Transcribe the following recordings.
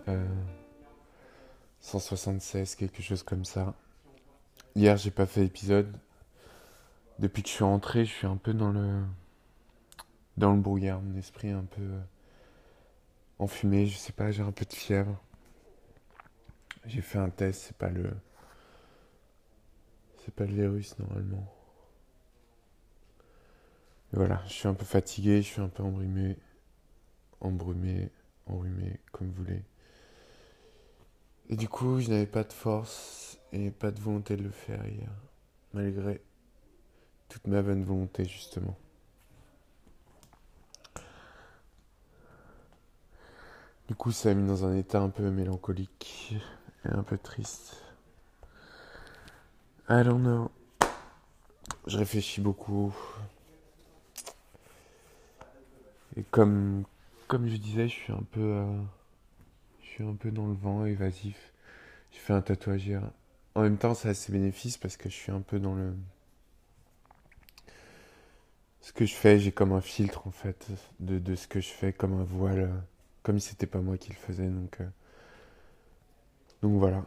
euh, 176, quelque chose comme ça. Hier, j'ai pas fait d'épisode. Depuis que je suis rentré, je suis un peu dans le brouillard. Mon esprit est un peu enfumé. Je sais pas, j'ai un peu de fièvre. J'ai fait un test, c'est pas le virus normalement. Et voilà, je suis un peu fatigué, je suis un peu enrhumé, comme vous voulez. Et du coup, je n'avais pas de force et pas de volonté de le faire hier, malgré toute ma bonne volonté justement. Du coup, ça m'a mis dans un état un peu mélancolique et un peu triste. I don't know. Je réfléchis beaucoup. Et comme je disais, je suis un peu dans le vent, évasif. J'ai fait un tatouage hier. En même temps, ça a ses bénéfices parce que je suis un peu dans le... Ce que je fais, j'ai comme un filtre en fait de ce que je fais, comme un voile, comme si c'était pas moi qui le faisais. Donc voilà.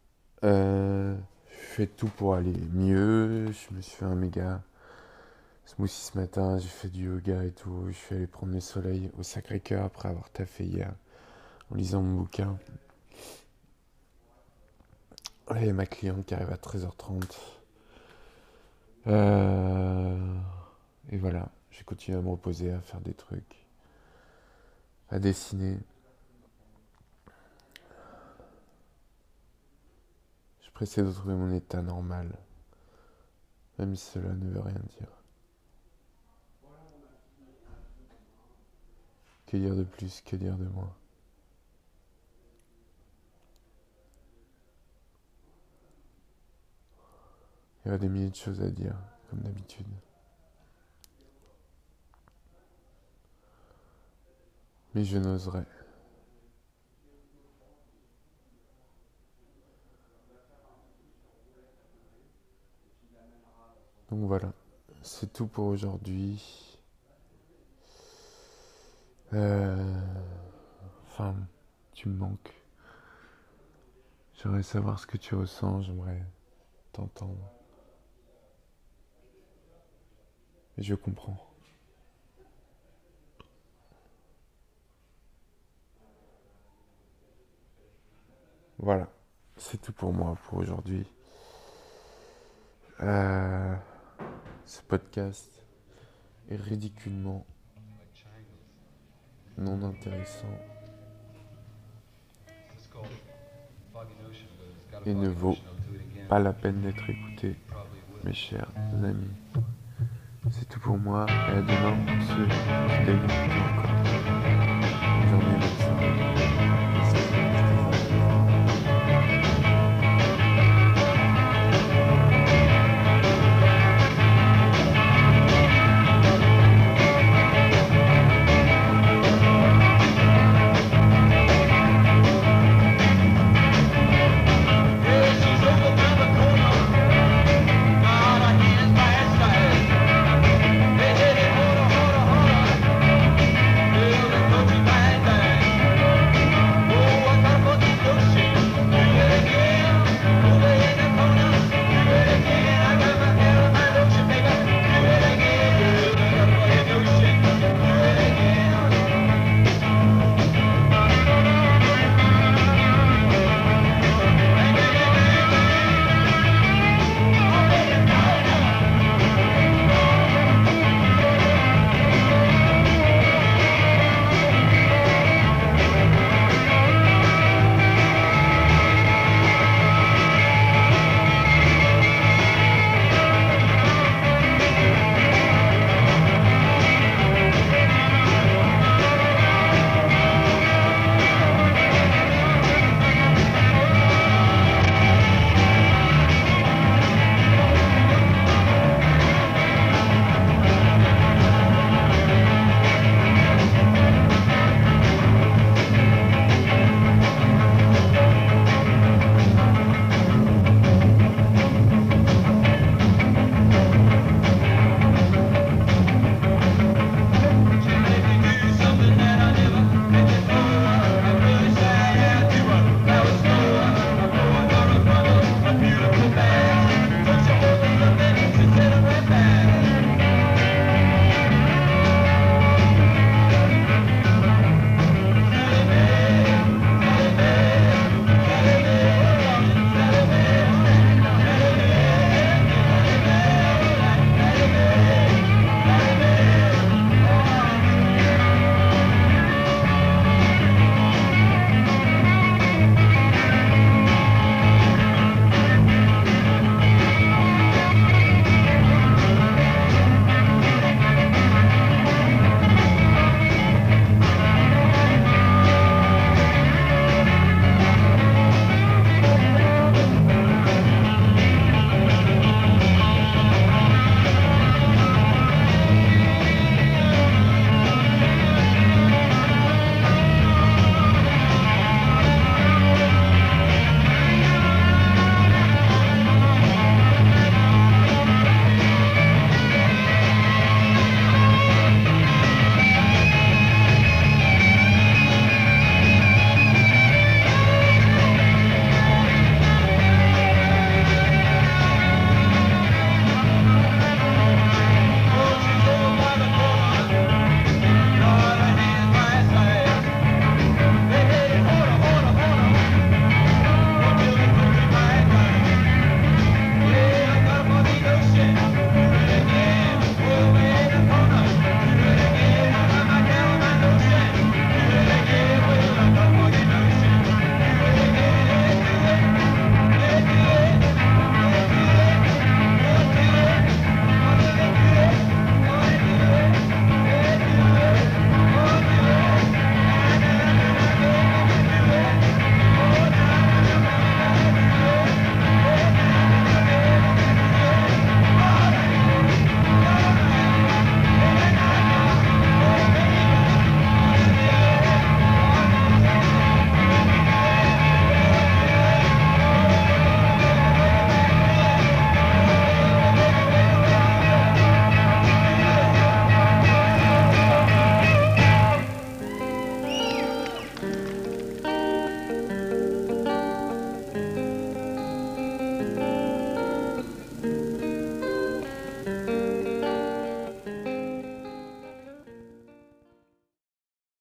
Je fais tout pour aller mieux. Je me suis fait un méga smoothie ce matin. J'ai fait du yoga et tout. Je suis allé prendre le soleil au Sacré-Cœur après avoir taffé hier en lisant mon bouquin. Là, il y a ma cliente qui arrive à 13h30. Et voilà, j'ai continué à me reposer, à faire des trucs, à dessiner. Je suis pressé de trouver mon état normal, même si cela ne veut rien dire. Que dire de plus, que dire de moins? Il y aura des milliers de choses à dire, comme d'habitude. Mais je n'oserais. Donc voilà, c'est tout pour aujourd'hui. Enfin, tu me manques. J'aimerais savoir ce que tu ressens, j'aimerais t'entendre. Et je comprends. Voilà, c'est tout pour moi pour aujourd'hui. Euh, Ce podcast est ridiculement non intéressant et ne vaut pas la peine d'être écouté, mes chers amis. C'est tout pour moi et à demain pour ceux qui daignent écouter encore.